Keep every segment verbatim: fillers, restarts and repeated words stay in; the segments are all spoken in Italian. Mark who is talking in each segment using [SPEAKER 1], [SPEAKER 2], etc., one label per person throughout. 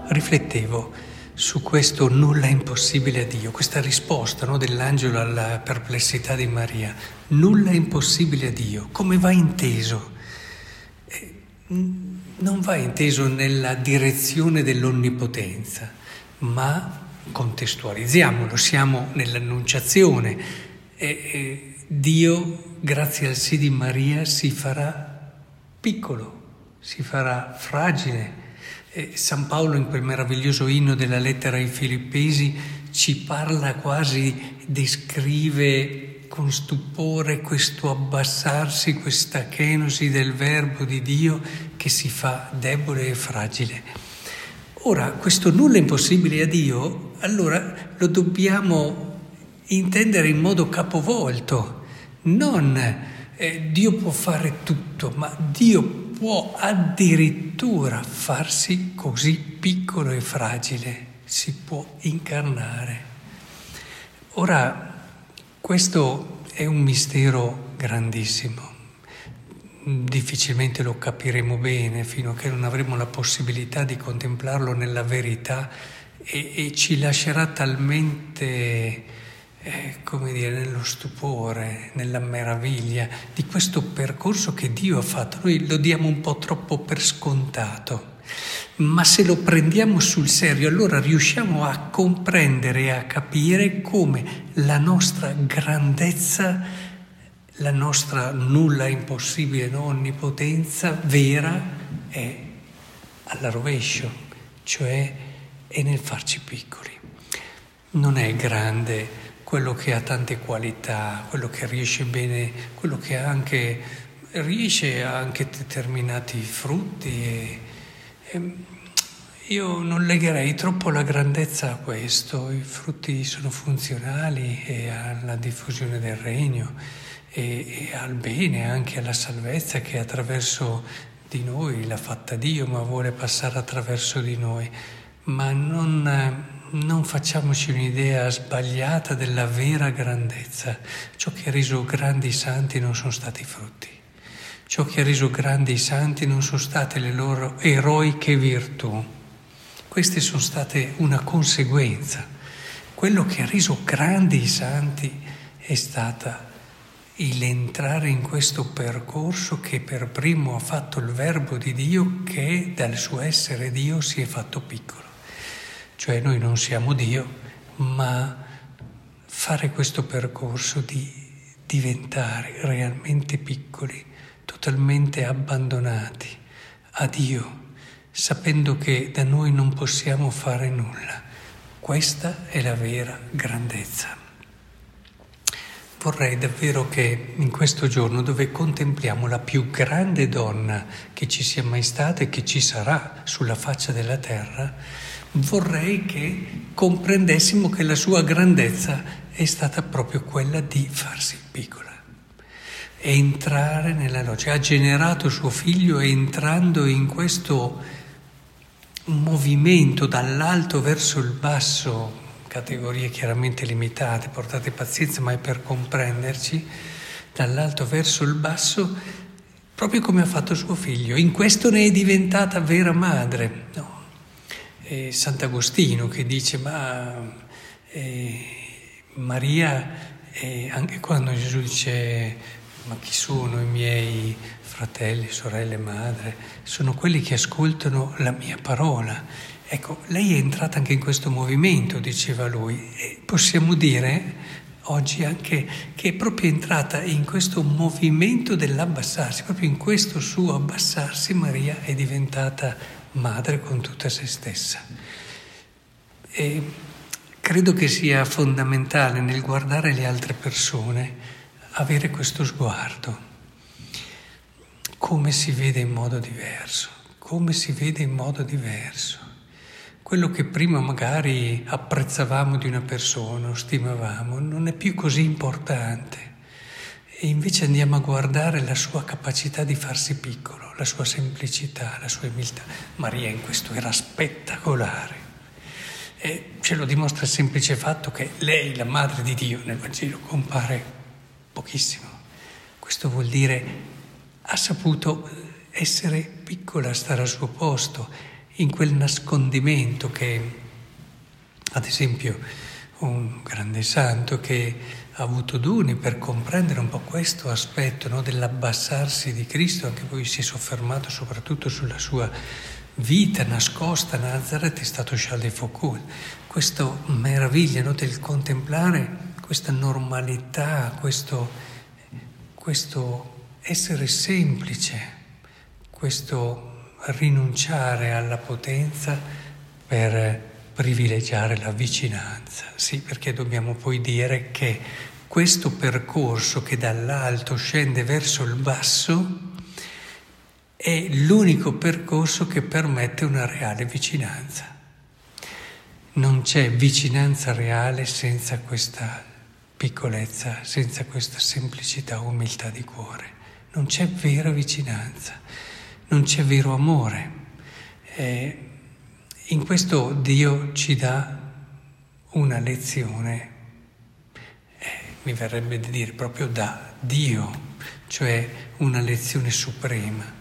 [SPEAKER 1] riflettevo su questo nulla è impossibile a Dio, questa risposta, no, dell'angelo alla perplessità di Maria. Nulla è impossibile a Dio. Come va inteso? Eh, non va inteso nella direzione dell'onnipotenza, ma contestualizziamolo, siamo nell'annunciazione. E, e Dio, grazie al sì di Maria, si farà piccolo, si farà fragile. E San Paolo, in quel meraviglioso inno della lettera ai Filippesi, ci parla quasi, descrive con stupore questo abbassarsi, questa kenosi del Verbo di Dio che si fa debole e fragile. Ora, questo nulla è impossibile a Dio, allora lo dobbiamo intendere in modo capovolto. Non eh, Dio può fare tutto, ma Dio può addirittura farsi così piccolo e fragile, si può incarnare. Ora, questo è un mistero grandissimo. Difficilmente lo capiremo bene fino a che non avremo la possibilità di contemplarlo nella verità e, e ci lascerà talmente, eh, come dire, nello stupore, nella meraviglia di questo percorso che Dio ha fatto. Noi lo diamo un po' troppo per scontato, ma se lo prendiamo sul serio allora riusciamo a comprendere e a capire come la nostra grandezza, la nostra nulla impossibile, no, onnipotenza vera è alla rovescio, cioè è nel farci piccoli. Non è grande quello che ha tante qualità, quello che riesce bene, quello che anche riesce a anche determinati frutti. E, e io non legherei troppo la grandezza a questo. I frutti sono funzionali e alla diffusione del regno. E, e al bene, anche alla salvezza che attraverso di noi l'ha fatta Dio, ma vuole passare attraverso di noi. Ma non, non facciamoci un'idea sbagliata della vera grandezza. Ciò che ha reso grandi i santi non sono stati i frutti. Ciò che ha reso grandi i santi non sono state le loro eroiche virtù. Queste sono state una conseguenza. Quello che ha reso grandi i santi è stata l'entrare in questo percorso che per primo ha fatto il Verbo di Dio, che dal suo essere Dio si è fatto piccolo. Cioè noi non siamo Dio, ma fare questo percorso di diventare realmente piccoli, totalmente abbandonati a Dio, sapendo che da noi non possiamo fare nulla. Questa è la vera grandezza. Vorrei davvero che in questo giorno, dove contempliamo la più grande donna che ci sia mai stata e che ci sarà sulla faccia della terra, vorrei che comprendessimo che la sua grandezza è stata proprio quella di farsi piccola, entrare nella logica. Ha generato suo figlio entrando in questo movimento dall'alto verso il basso, categorie chiaramente limitate, portate pazienza, ma è per comprenderci, dall'alto verso il basso, proprio come ha fatto suo figlio. In questo ne è diventata vera madre. No. E Sant'Agostino che dice, ma eh, Maria, eh, anche quando Gesù dice, ma chi sono i miei fratelli, sorelle, madre? Sono quelli che ascoltano la mia parola. Ecco, lei è entrata anche in questo movimento, diceva lui, e possiamo dire oggi anche che è proprio entrata in questo movimento dell'abbassarsi, proprio in questo suo abbassarsi Maria è diventata madre con tutta se stessa. E credo che sia fondamentale nel guardare le altre persone avere questo sguardo, come si vede in modo diverso, come si vede in modo diverso. Quello che prima magari apprezzavamo di una persona o stimavamo non è più così importante e invece andiamo a guardare la sua capacità di farsi piccolo, la sua semplicità, la sua umiltà. Maria in questo era spettacolare e ce lo dimostra il semplice fatto che lei, la madre di Dio, nel Vangelo compare pochissimo. Questo vuol dire ha saputo essere piccola, stare al suo posto. in quel nascondimento che, ad esempio, un grande santo che ha avuto doni per comprendere un po' questo aspetto, no, dell'abbassarsi di Cristo, anche poi si è soffermato soprattutto sulla sua vita nascosta a Nazareth, è stato Charles de Foucault. Questa meraviglia, no, del contemplare questa normalità, questo, questo essere semplice, questo rinunciare alla potenza per privilegiare la vicinanza. Sì, perché dobbiamo poi dire che questo percorso che dall'alto scende verso il basso è l'unico percorso che permette una reale vicinanza. Non c'è vicinanza reale senza questa piccolezza, senza questa semplicità, umiltà di cuore. Non c'è vera vicinanza, non c'è vero amore. Eh, in questo Dio ci dà una lezione, eh, mi verrebbe di dire proprio da Dio, cioè una lezione suprema,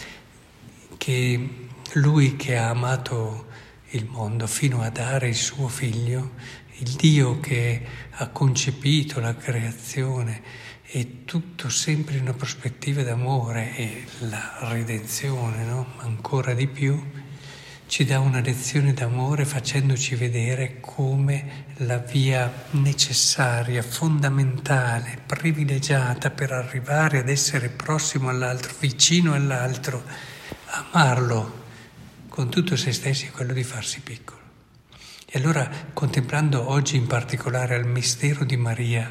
[SPEAKER 1] che Lui che ha amato il mondo fino a dare il suo figlio, il Dio che ha concepito la creazione e tutto sempre in una prospettiva d'amore e la redenzione, no? Ancora di più, ci dà una lezione d'amore facendoci vedere come la via necessaria, fondamentale, privilegiata per arrivare ad essere prossimo all'altro, vicino all'altro, amarlo con tutto se stessi, è quello di farsi piccolo. E allora, contemplando oggi in particolare al mistero di Maria,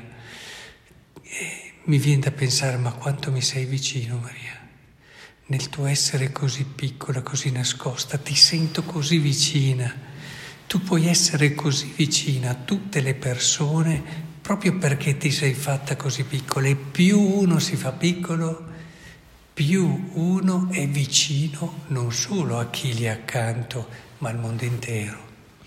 [SPEAKER 1] eh, mi viene da pensare, ma quanto mi sei vicino, Maria? Nel tuo essere così piccola, così nascosta, ti sento così vicina. Tu puoi essere così vicina a tutte le persone proprio perché ti sei fatta così piccola. E più uno si fa piccolo, più uno è vicino non solo a chi gli è accanto, ma al mondo intero.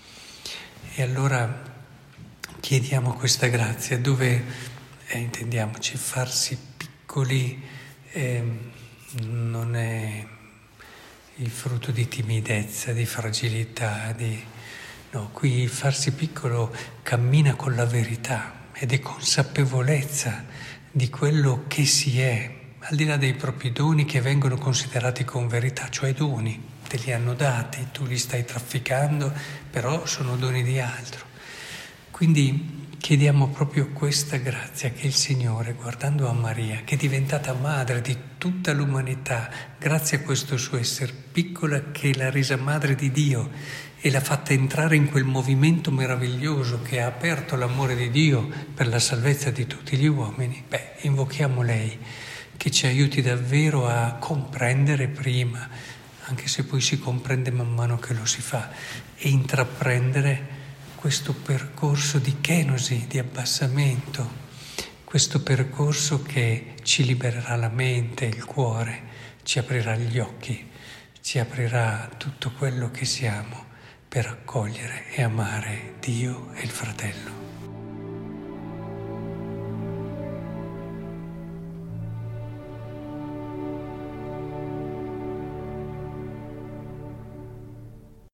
[SPEAKER 1] E allora chiediamo questa grazia dove, eh, intendiamoci, farsi piccoli eh, non è il frutto di timidezza, di fragilità, di... no, qui farsi piccolo cammina con la verità ed è consapevolezza di quello che si è, al di là dei propri doni che vengono considerati con verità, cioè doni, te li hanno dati, tu li stai trafficando, però sono doni di altro. Quindi chiediamo proprio questa grazia che il Signore, guardando a Maria, che è diventata madre di tutta l'umanità, grazie a questo suo essere piccola che l'ha resa madre di Dio e l'ha fatta entrare in quel movimento meraviglioso che ha aperto l'amore di Dio per la salvezza di tutti gli uomini, beh, invochiamo lei che ci aiuti davvero a comprendere prima, anche se poi si comprende man mano che lo si fa, e intraprendere questo percorso di kenosi, di abbassamento, questo percorso che ci libererà la mente, il cuore, ci aprirà gli occhi, ci aprirà tutto quello che siamo per accogliere e amare Dio e il fratello.